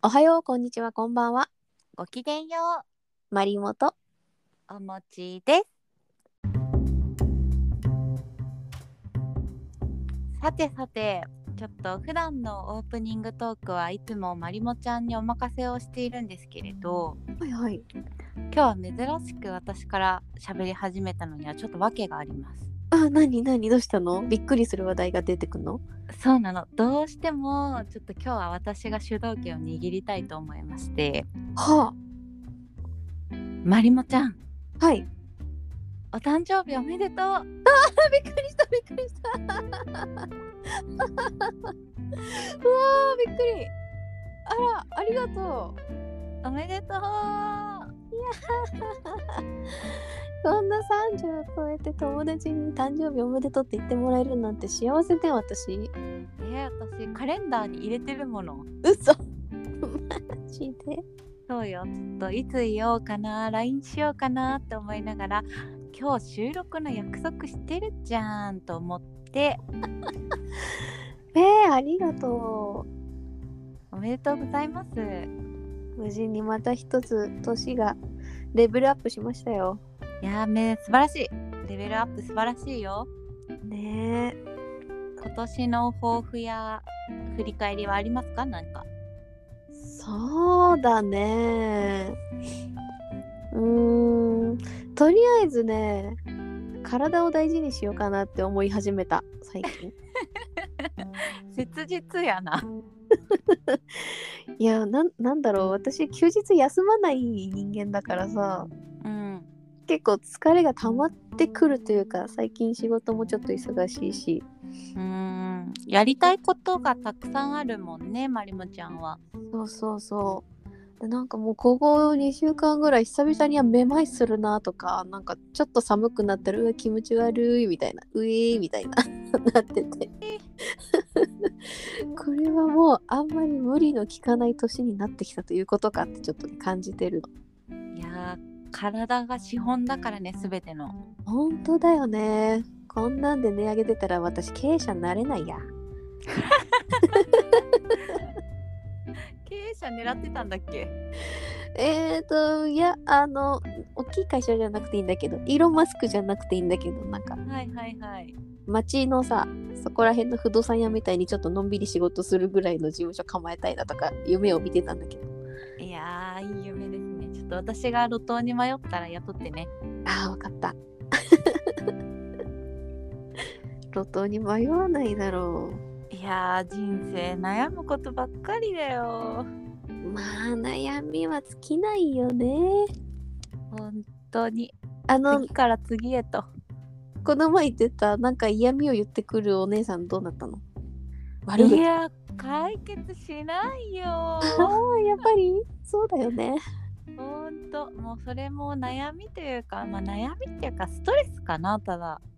おはよう、こんにちは、こんばんは。 ごきげんよマリモと。 う、おもちです。さてさて、ちょっと普段のオープニングトークはいつもまりもちゃんにお任せをしているんですけれど、 はいはい。 今日は珍しく私から喋り始めたのにはちょっと訳があります。 どうしたの？びっくりする話題が出てくるの？ そうなの、どうしてもちょっと今日は私が主導権を握りたいと思いまして、 はまりもちゃん、 あ、はい。 お誕生日おめでとう。 びっくりした、びっくりした。うわー、びっくり。あら、ありがとう。 おめでとう。 こんな30を超えて友達に誕生日おめでとうって言ってもらえるなんて幸せだよ、私。 私カレンダーに入れてるもの。 嘘。マジで。 そうよ、ちょっといつ言おうかな、 LINE しようかなって思いながら、今日収録の約束してるじゃんと思って、 ありがとおめでとうございます。 う。無事にまた一つ年がレベルアップしましたよ。 素晴らしい。レベルアップ素晴らしいよ。 ねえ。 今年の抱負や振り返りはありますか？なんか。 そうだね。とりあえずね、体を大事にしようかなって思い始めた、最近。 切実やな。 いや、なんだろう、私、休日休まない人間だからさ、 うん。 結構疲れが溜まってくるというか、最近仕事もちょっと忙しいし。 やりたいことがたくさんあるもんね、まりもちゃんは。 そうそうそう。でなんかもうここ2週間ぐらい久々にはめまいするなとか、なんかちょっと寒くなったらうわ気持ち悪いみたいな、みたいななってて。これはもうあんまり無理の効かない年になってきたということかってちょっと感じてるの。 いやー、体が資本だからね、すべての。 本当だよね。こんなんで値上げ出たら私経営者になれないや。 経営者狙ってたんだっけ？ いや、大きい会社じゃなくていいんだけど、イーロン・マスクじゃなくていいんだけど、なんか、 はいはいはい。 町のさ、そこら辺の不動産屋みたいにちょっとのんびり仕事するぐらいの事務所構えたいなとか、夢を見てたんだけど。 いやー、いい夢ですね。ちょっと私が路頭に迷ったら雇ってね。 ああ、わかった。路頭に迷わないだろいやー、人生悩むことばっかりだよ。 う。まあ、悩みは尽きないよね。 本当に。 次から次へと。 この前言ってた、なんか嫌味を言ってくるお姉さんどうなったの？悪口。 いや、解決しないよ。 ああ、やっぱりそうだよね。 ほんと、もうそれも悩みというか、悩みっていうかストレスかな、ただ。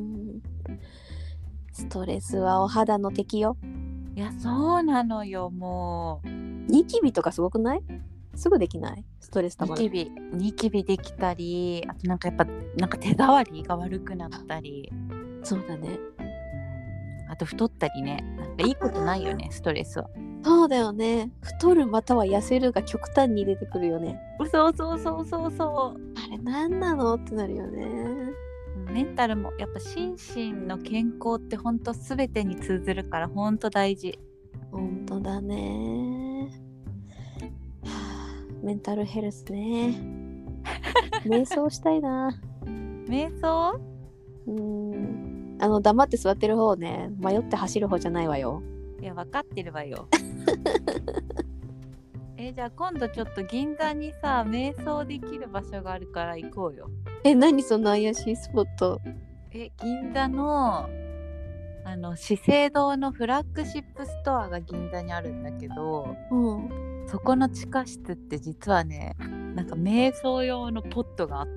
ストレスはお肌の敵よ。 いや、そうなのよ、もう。 ニキビとかすごくない？すぐできない？ストレスたまる。 ニキビできたり、あとなんかやっぱなんか手触りが悪くなったり、 そうだね。 あと太ったりね。なんかいいことないよね、ストレスは。 そうだよね。太るまたは痩せるが極端に出てくるよね。 そうそうそうそうそあれなんなのってなるよね。 う。メンタルもやっぱ心身の健康ってほんと全てに通ずるからほんと大事。 本当だね。メンタルヘルスね。瞑想したいな。 瞑想？ 黙って座ってる方ね。迷って走る方じゃないわよ。 いや、分かってるわよ。じゃあ今度ちょっと銀座にさ、瞑想できる場所があるから行こうよ。 何その怪しいスポット？ 銀座の資生堂のフラッグシップストアが銀座にあるんだけど、そこの地下室って実はね、なんか瞑想用のポットがあって、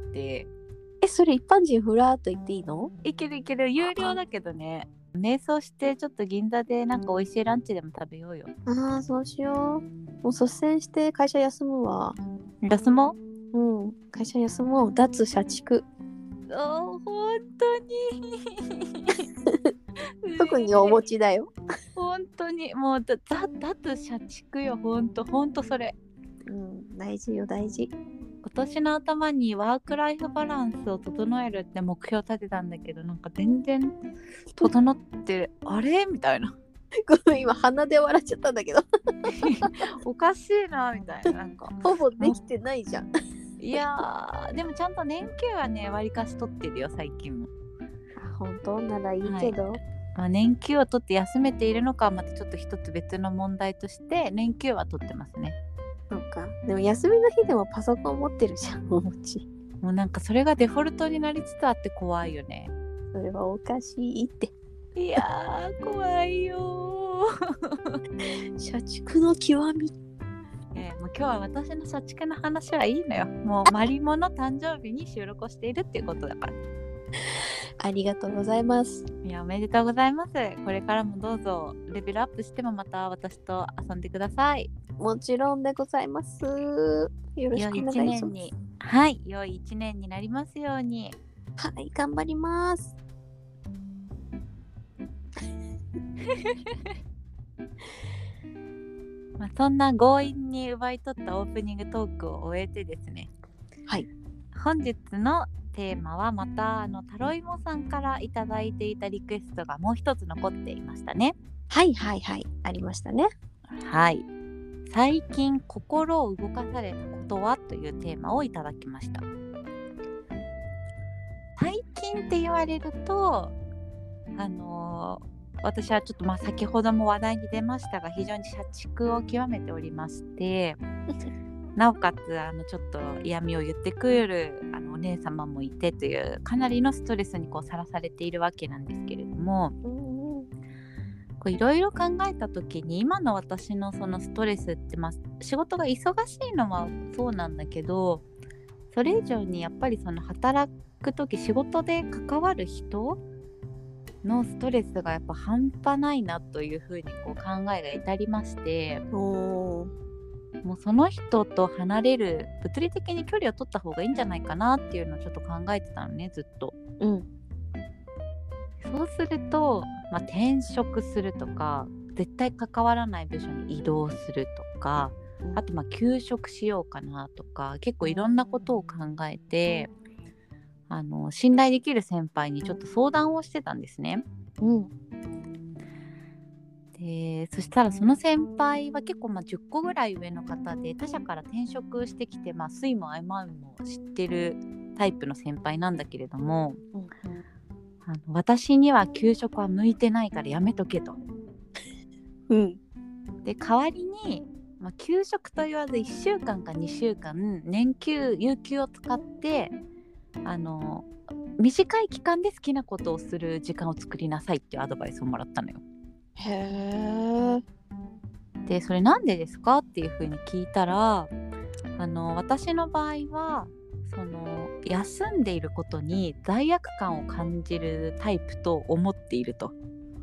それ一般人ふらーっと行っていいの？ いけるいける、有料だけどね。瞑想してちょっと銀座でなんか美味しいランチでも食べようよ。 ああ、そうしよう。もう率先して会社休むわ。 休も会社休もう。脱社畜。 本当に特にお持ちだよ。 本当当にもう脱社畜よ。ほんとそれ。 大事よ大事。 今年の頭にワークライフバランスを整えるって目標立てたんだけど、なんか全然整ってあれみたいな。 ごめん、今鼻で笑っちゃったんだけどおかしいなみたいな。なんかほぼできてないじゃん。 いやでもちゃんと年休はね割かし取ってるよ最近も。 本当ならいいけど、 年休を取って休めているのかはまたちょっと一つ別の問題として年休は取ってますね。 そうか。でも休みの日でもパソコン持ってるじゃん、お餅。 もうなんかそれがデフォルトになりつつあって怖いよね。 それはおかしいって。 いや怖いよ社畜の極み。 もう今日は私の社畜の話はいいのよ。もうマリモの誕生日に収録をしているっていうことだから。 ありがとうございます。 いやおめでとうございます。これからもどうぞレベルアップしてもまた私と遊んでください。 もちろんでございます。よろしくお願いします。 はい、良い1年になりますように。 はい、頑張ります。 そんな強引に奪い取ったオープニングトークを終えてですね、 はい、 本日のテーマはまたタロイモさんからいただいていたリクエストがもう一つ残っていましたね。 はいありましたね。 はい、最近心を動かされたことはというテーマをいただきました。最近って言われると私はちょっと先ほども話題に出ましたが非常に社畜を極めておりましてなおかつちょっと嫌味を言ってくるお姉様もいてというかなりのストレスにさらされているわけなんですけれども、いろいろ考えた時に今の私のそのストレスって仕事が忙しいのはそうなんだけど、それ以上にやっぱりその働く時仕事で関わる人のストレスがやっぱ半端ないなというふうに考えが至りまして、もうその人と離れる物理的に距離を取った方がいいんじゃないかなっていうのをちょっと考えてたのね、ずっと。そうすると、転職するとか絶対関わらない部署に移動するとか、あと休職しようかなとか結構いろんなことを考えて信頼できる先輩にちょっと相談をしてたんですね。でそしたらその先輩は結構10個ぐらい上の方で他社から転職してきて酸いも相まいも知ってるタイプの先輩なんだけれども、私には給食は向いてないからやめとけと。で代わりに、給食と言わず1週間か2週間年休有給を使って短い期間で好きなことをする時間を作りなさいっていうアドバイスをもらったのよ。 へー。 でそれなんでですかっていうふうに聞いたら私の場合は休んでいることに罪悪感を感じるタイプと思っていると。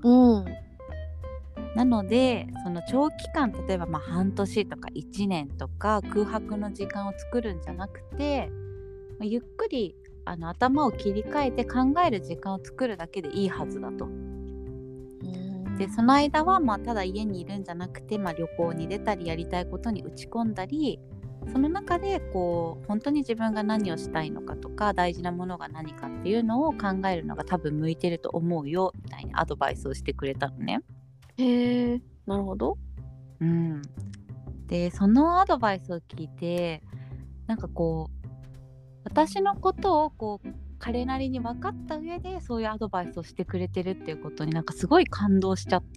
なのでその長期間例えば半年とか1年とか空白の時間を作るんじゃなくてゆっくり頭を切り替えて考える時間を作るだけでいいはずだと。でその間はただ家にいるんじゃなくて、旅行に出たりやりたいことに打ち込んだり、その中で本当に自分が何をしたいのかとか大事なものが何かっていうのを考えるのが多分向いてると思うよみたいにアドバイスをしてくれたのね。 へー、なるほど。 でそのアドバイスを聞いてなんか私のことを彼なりに分かった上でそういうアドバイスをしてくれてるっていうことになんかすごい感動しちゃって、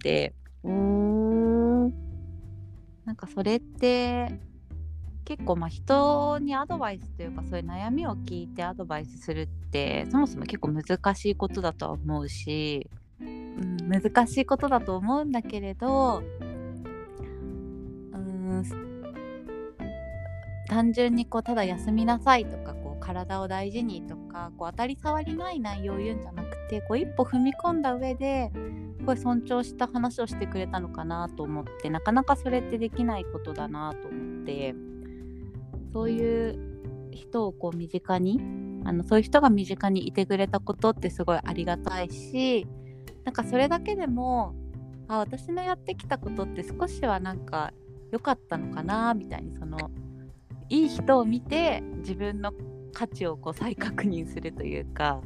なんかそれって結構人にアドバイスというかそういう悩みを聞いてアドバイスするってそもそも結構難しいことだとは思うし、難しいことだと思うんだけれど、単純にただ休みなさいとか体を大事にとか当たり障りない内容を言うんじゃなくて一歩踏み込んだ上ですごい尊重した話をしてくれたのかなと思って、なかなかそれってできないことだなと思って、そういう人を身近にそういう人が身近にいてくれたことってすごいありがたいし、なんかそれだけでも私のやってきたことって少しはなんか良かったのかなみたいに、そのいい人を見て自分の価値をこう再確認するというか、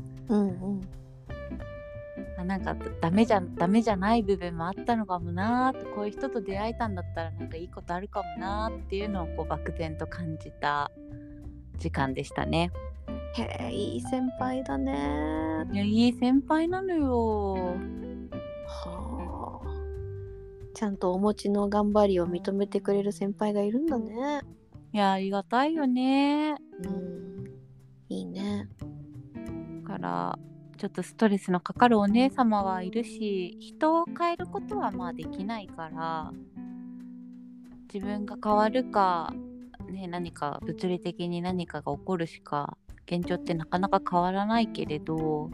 なんかダメじゃない部分もあったのかもなーって、こういう人と出会えたんだったらなんかいいことあるかもなーっていうのをこう漠然と感じた時間でしたね。 へえ、いい先輩だね。 いや、いい先輩なのよ。 はあ、ちゃんとお持ちの頑張りを認めてくれる先輩がいるんだね。 いや、ありがたいよね。 いいね。 だからちょっとストレスのかかるお姉様はいるし、人を変えることはまあできないから、自分が変わるか、ね、何か物理的に何かが起こるしか現状ってなかなか変わらないけれど、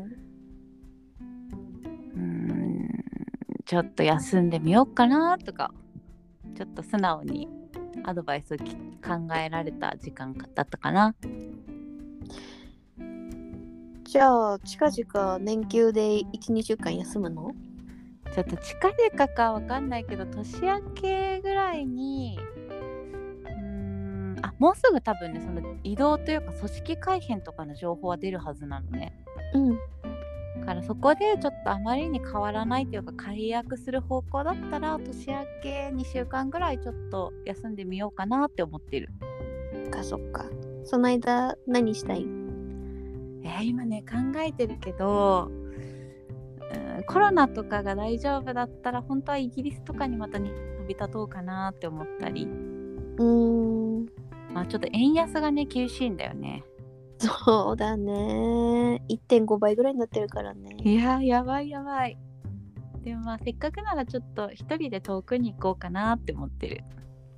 ちょっと休んでみようかなとか、ちょっと素直にアドバイスを考えられた時間だったかな。 じゃあ近々年休で 1,2 週間休むの？ ちょっと近々かわかんないけど、年明けぐらいにもうすぐ多分ね、その移動というか組織改編とかの情報は出るはずなのね。だからそこでちょっとあまりに変わらないというか解約する方向だったら、年明け2週間ぐらいちょっと休んでみようかなって思ってる。 そっか。その間何したい？ 今ね考えてるけど、コロナとかが大丈夫だったら本当はイギリスとかにまた飛び立とうかなって思ったり。ちょっと円安がね厳しいんだよね。 そうだね。1.5 倍ぐらいになってるからね。 いや、やばい。でもせっかくならちょっと一人で遠くに行こうかなって思ってる。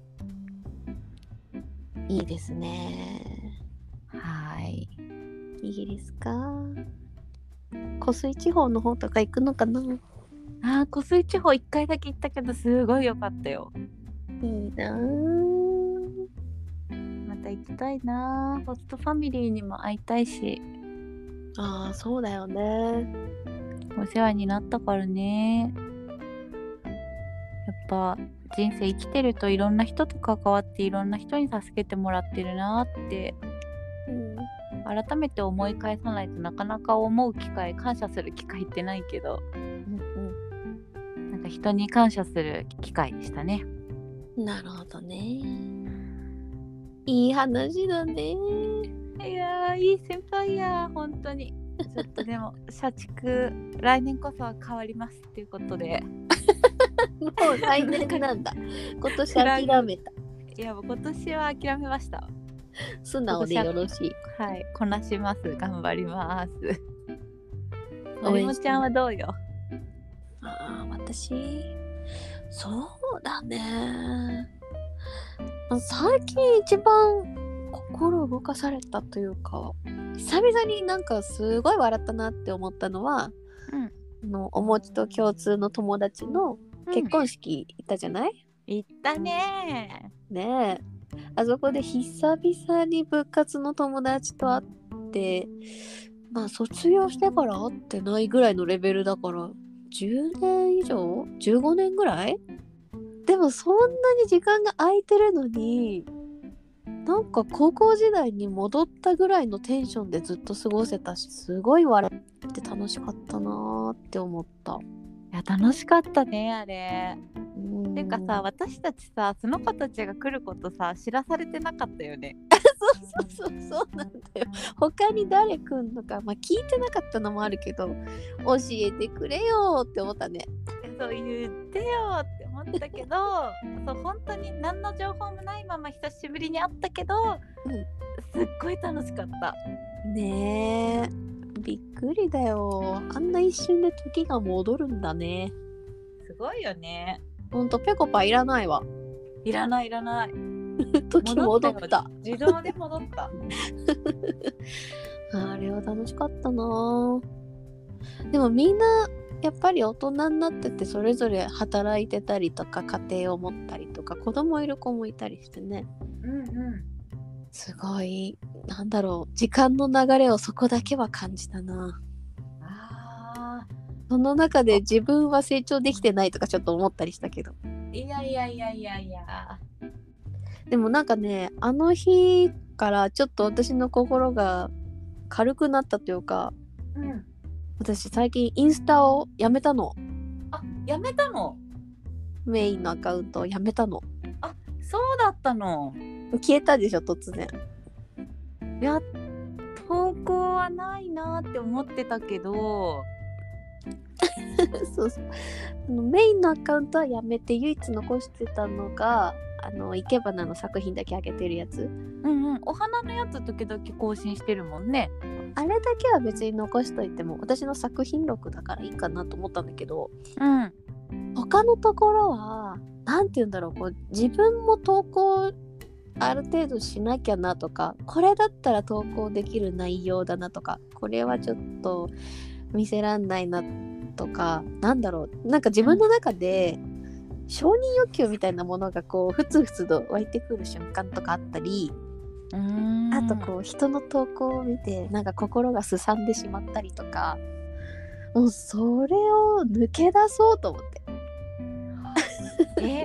いいですね。 はい。 イギリスか。湖水地方の方とか行くのかな？ 湖水地方1回だけ行ったけどすごい良かったよ。 いいな。 また行きたいな。ホストファミリーにも会いたいし。 そうだよね。 お世話になったからね。やっぱ人生生きてるといろんな人と関わっていろんな人に助けてもらってるなって、改めて思い返さないとなかなか思う機会、感謝する機会ってないけど、なんか人に感謝する機会でしたね。なるほどね。いい話だね。 いや、いい先輩や、本当に。ちょっとでも社畜来年こそは変わりますっていうことでもう来年なんだ。今年諦めた。 いや、もう今年は諦めました。 素直でよろしい。 はい、こなします。頑張ります。のりもちゃんはどうよ？ 私そうだね。最近一番心動かされたというか、久々になんかすごい笑ったなって思ったのは、おもちと共通の友達の結婚式行ったじゃない？ 行ったね。 ねえ。あそこで久々に部活の友達と会って、卒業してから会ってないぐらいのレベルだから10年以上 ?15 年ぐらい？でもそんなに時間が空いてるのに、なんか高校時代に戻ったぐらいのテンションでずっと過ごせたし、すごい笑って楽しかったなーって思った。 いや、楽しかったね、あれ。てかさ、私たちさ、その子たちが来ることさ、知らされてなかったよね。 そうなんだよ。他に誰来んのか、聞いてなかったのもあるけど、教えてくれよって思ったね。 そう言ってよって思ったけど、そう本当に何の情報もないまま久しぶりに会ったけど、すっごい楽しかった。 ねえ、びっくりだよ。あんな一瞬で時が戻るんだね。 すごいよね。 ほんとペコパいらないわ。 いらない時戻った。 自動で戻ったあれは楽しかったな。でもみんなやっぱり大人になってて、それぞれ働いてたりとか家庭を持ったりとか子供いる子もいたりしてね。すごい、なんだろう、時間の流れをそこだけは感じたな。 その中で自分は成長できてないとかちょっと思ったりしたけど。 いやいやいやいやいや。 でもなんかね、あの日からちょっと私の心が軽くなったというか、 うん。 私最近インスタをやめたの。 あ、やめたの？ メインのアカウントをやめたの。 あ、そうだったの。 消えたでしょ、突然。 いや、投稿はないなって思ってたけど。 そうそう。メインのアカウントはやめて、唯一残してたのが生け花の作品だけ上げてるやつ。 うんうん。お花のやつ時々更新してるもんね。 あれだけは別に残しといても私の作品録だからいいかなと思ったんだけど、 うん。 他のところはなんて言うんだろう、こう自分も投稿ある程度しなきゃなとか、これだったら投稿できる内容だなとか、これはちょっと見せらんないなとか、なんだろう、なんか自分の中で承認欲求みたいなものがこうふつふつと湧いてくる瞬間とかあったり、あとこう人の投稿を見てなんか心がすさんでしまったりとか、もうそれを抜け出そうと思って。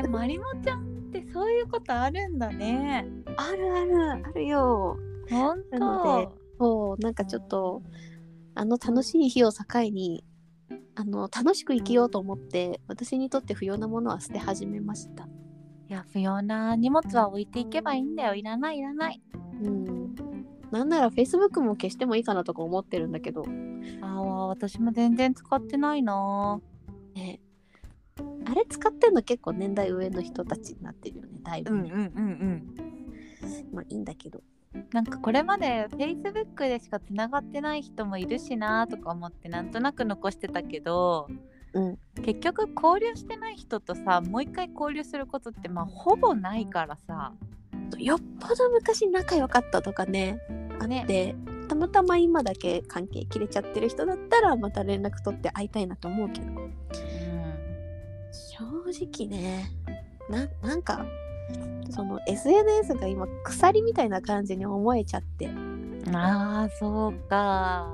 まりもちゃんってそういうことあるんだね。 あるあるあるよ。 本当。 なのでそうなんかちょっと楽しい日を境に楽しく生きようと思って私にとって不要なものは捨て始めました。 いや、不要な荷物は置いていけばいいんだよ。いらないいらない。 なんなら Facebook も消してもいいかなとか思ってるんだけど。 私も全然使ってないな。 ね、あれ使ってんの結構年代上の人たちになってるよね、だいぶね。まあいいんだけど。 なんかこれまで Facebook でしかつながってない人もいるしなとか思ってなんとなく残してたけど、結局交流してない人とさ、もう一回交流することってほぼないからさ。 よっぽど昔仲良かったとかねあって、たまたま今だけ関係切れちゃってる人だったらまた連絡取って会いたいなと思うけど、正直ね、なんかその SNS が今鎖みたいな感じに思えちゃって。 そうか。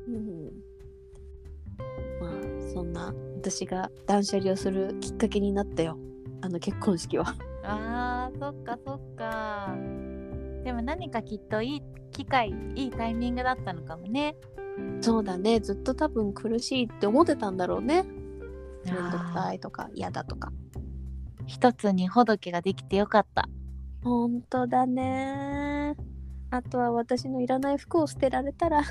まあそんな私が断捨離をするきっかけになったよ、結婚式は。 そっかそっか。でも何かきっといい機会、いいタイミングだったのかもね。 そうだね、ずっと多分苦しいって思ってたんだろうね。めんどくさいとか嫌だとか。 一つにほどけができてよかった。 ほんとだね。あとは私のいらない服を捨てられたら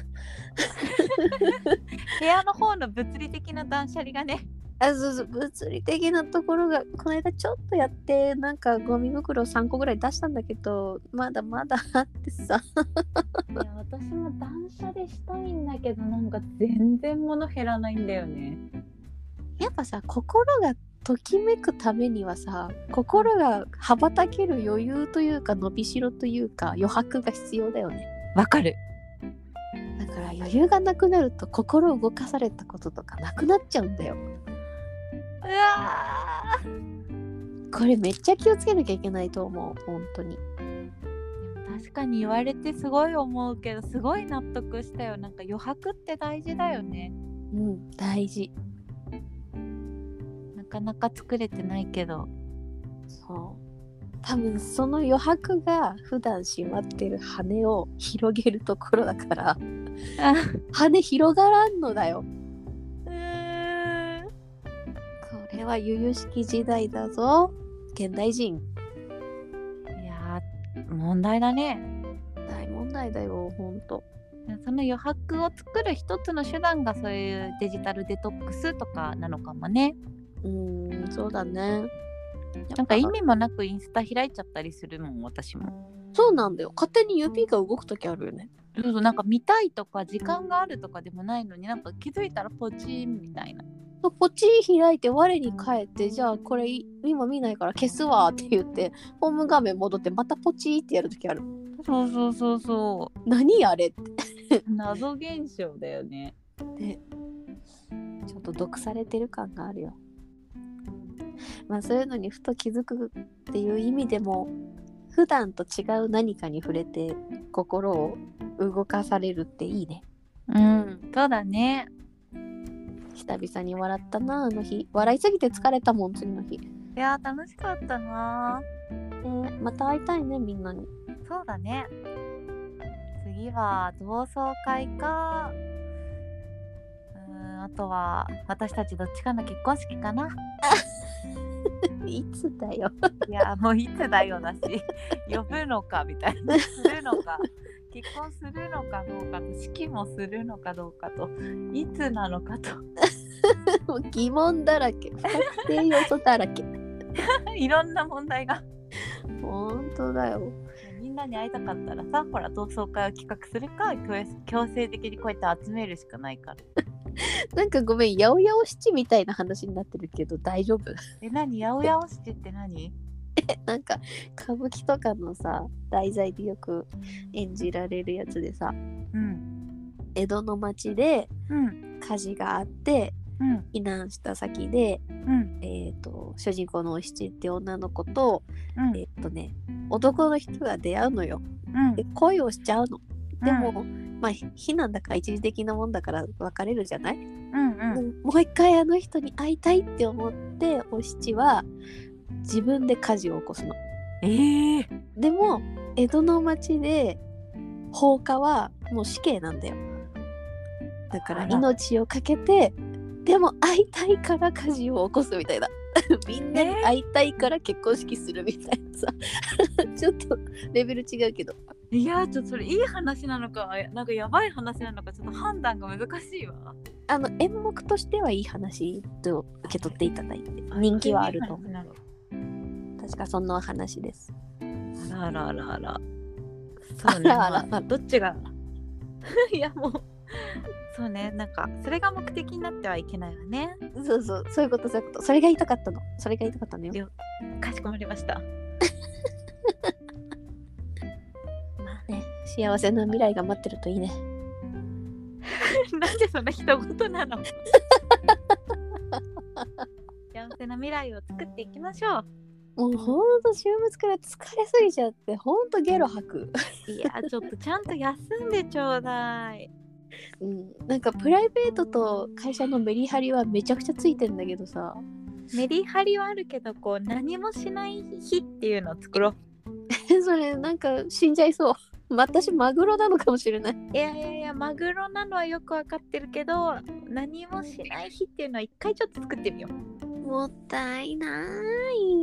部屋の方の物理的な断捨離がね。 そう物理的なところがこの間ちょっとやって、なんかゴミ袋3個ぐらい出したんだけど、まだまだあってさ。 いや私も断捨離したいんだけど、なんか全然物減らないんだよね。 やっぱさ、心がときめくためにはさ、心が羽ばたける余裕というか伸びしろというか余白が必要だよね。 わかる。 だから余裕がなくなると心を動かされたこととかなくなっちゃうんだよ。 うわこれめっちゃ気をつけなきゃいけないと思う、本当に。 確かに言われてすごい思うけど、すごい納得したよ。なんか余白って大事だよね。 大事。 なかなか作れてないけど。 そう多分その余白が普段しまってる羽を広げるところだから羽広がらんのだよ。これは由々しき時代だぞ、現代人。 いや問題だね。 大問題だよ、ほんと。 その余白を作る一つの手段がそういうデジタルデトックスとかなのかもね。 そうだね。 なんか意味もなくインスタ開いちゃったりするもん、私も。 そうなんだよ、勝手に指が動くときあるよね。 そうなんか見たいとか時間があるとかでもないのに、なんか気づいたらポチンみたいな。 ポチ開いて我に返って、じゃあこれ今見ないから消すわって言ってホーム画面戻ってまたポチってやるときある。 そう何あれって謎現象だよね。 でちょっと毒されてる感があるよ。まあそういうのにふと気づくっていう意味でも、普段と違う何かに触れて心を動かされるっていいね。 そうだね。 久々に笑ったな、あの日。笑いすぎて疲れたもん、次の日。 いやー楽しかったな。 また会いたいね、みんなに。 そうだね。次は同窓会か、あとは私たちどっちかの結婚式かな。 いつだよ。 いやもういつだよだし呼ぶのかみたいな、するのか結婚するのかどうかと、式もするのかどうかと、いつなのかともう疑問だらけ、不確定要素だらけ。 いろんな問題が。 本当だよ。 みんなに会いたかったらさ、ほら同窓会を企画するか、強制的にこうやって集めるしかないから。 なんかごめん、八百屋七みたいな話になってるけど大丈夫？ 何八百屋七って何？ なんか歌舞伎とかのさ題材でよく演じられるやつでさ、江戸の町で火事があって、避難した先で、主人公のお七って女の子と、男の人が出会うのよ。で恋をしちゃうの。でも、避難だから一時的なもんだから別れるじゃない？もう一回あの人に会いたいって思ってお七は自分で火事を起こすの。でも江戸の町で放火はもう死刑なんだよ。だから命を懸けて、でも会いたいから火事を起こすみたいな。みんなに会いたいから結婚式するみたいなさ。ちょっとレベル違うけど。 いやちょっとそれいい話なのかなんかやばい話なのかちょっと判断が難しいわ。 演目としてはいい話と受け取っていただいて、人気はあると思う。確かそんな話です。 あら。そうね。どっちがいやもうそうね、なんかそれが目的になってはいけないわね。 そういうこと。それが言いたかったの。よ。 かしこまりました。 まあね、幸せな未来が待ってるといいね。 なんでそんな人事なの？幸せな未来を作っていきましょう。 もうほんと週末から疲れすぎちゃってほんとゲロ吐く。 いやちょっとちゃんと休んでちょうだい。 なんかプライベートと会社のメリハリはめちゃくちゃついてんだけどさ。 メリハリはあるけどこう何もしない日っていうのを作ろう。 それなんか死んじゃいそう。私マグロなのかもしれない。 いやマグロなのはよくわかってるけど、何もしない日っていうのは一回ちょっと作ってみよう。 もったいない。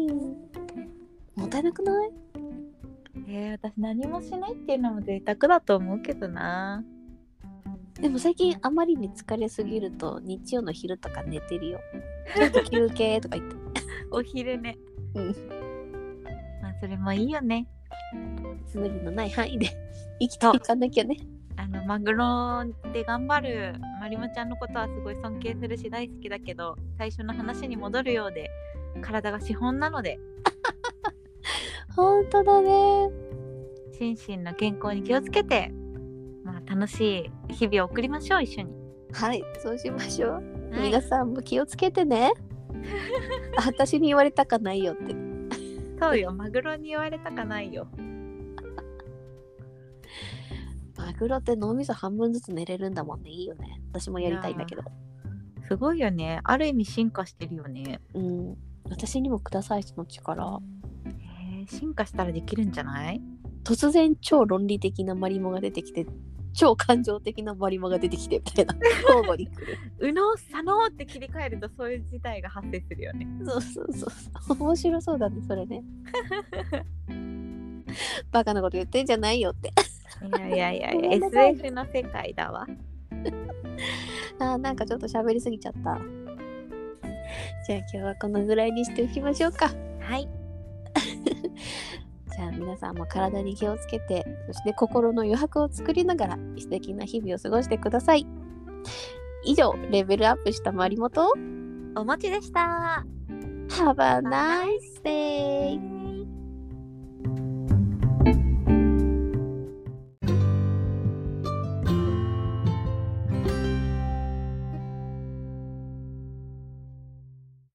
もったいなくない？ 私何もしないっていうのも贅沢だと思うけどな。 でも最近あまりに疲れすぎると日曜の昼とか寝てるよ。ちょっと休憩とか言って。 お昼ね。それもいいよね。 無理のない範囲で生きていかなきゃね。 マグロで頑張るまりもちゃんのことはすごい尊敬するし大好きだけど、最初の話に戻るようで体が資本なので本当だね。 心身の健康に気をつけて、楽しい日々を送りましょう、一緒に。 はい、そうしましょう。皆さんも気をつけてね。私に言われたかないよって。 そうよ、マグロに言われたかないよ。 マグロって脳みそ半分ずつ寝れるんだもんね。いいよね。私もやりたいんだけど。 すごいよね。ある意味進化してるよね。 私にもください、その力。 進化したらできるんじゃない？ 突然超論理的なマリモが出てきて、超感情的なマリモが出てきてみたいな。交互に来る。 右脳左脳って切り替えるとそういう事態が発生するよね。 そう面白そうだね、それね。バカなこと言ってんじゃないよって。 いやSF の世界だわ。 なんかちょっと喋りすぎちゃった。じゃあ今日はこのぐらいにしておきましょうか。 はい。 じゃあ皆さんも体に気をつけて、そして心の余白を作りながら素敵な日々を過ごしてください。以上、レベルアップしたまりもとおもちでした。 Have a nice day!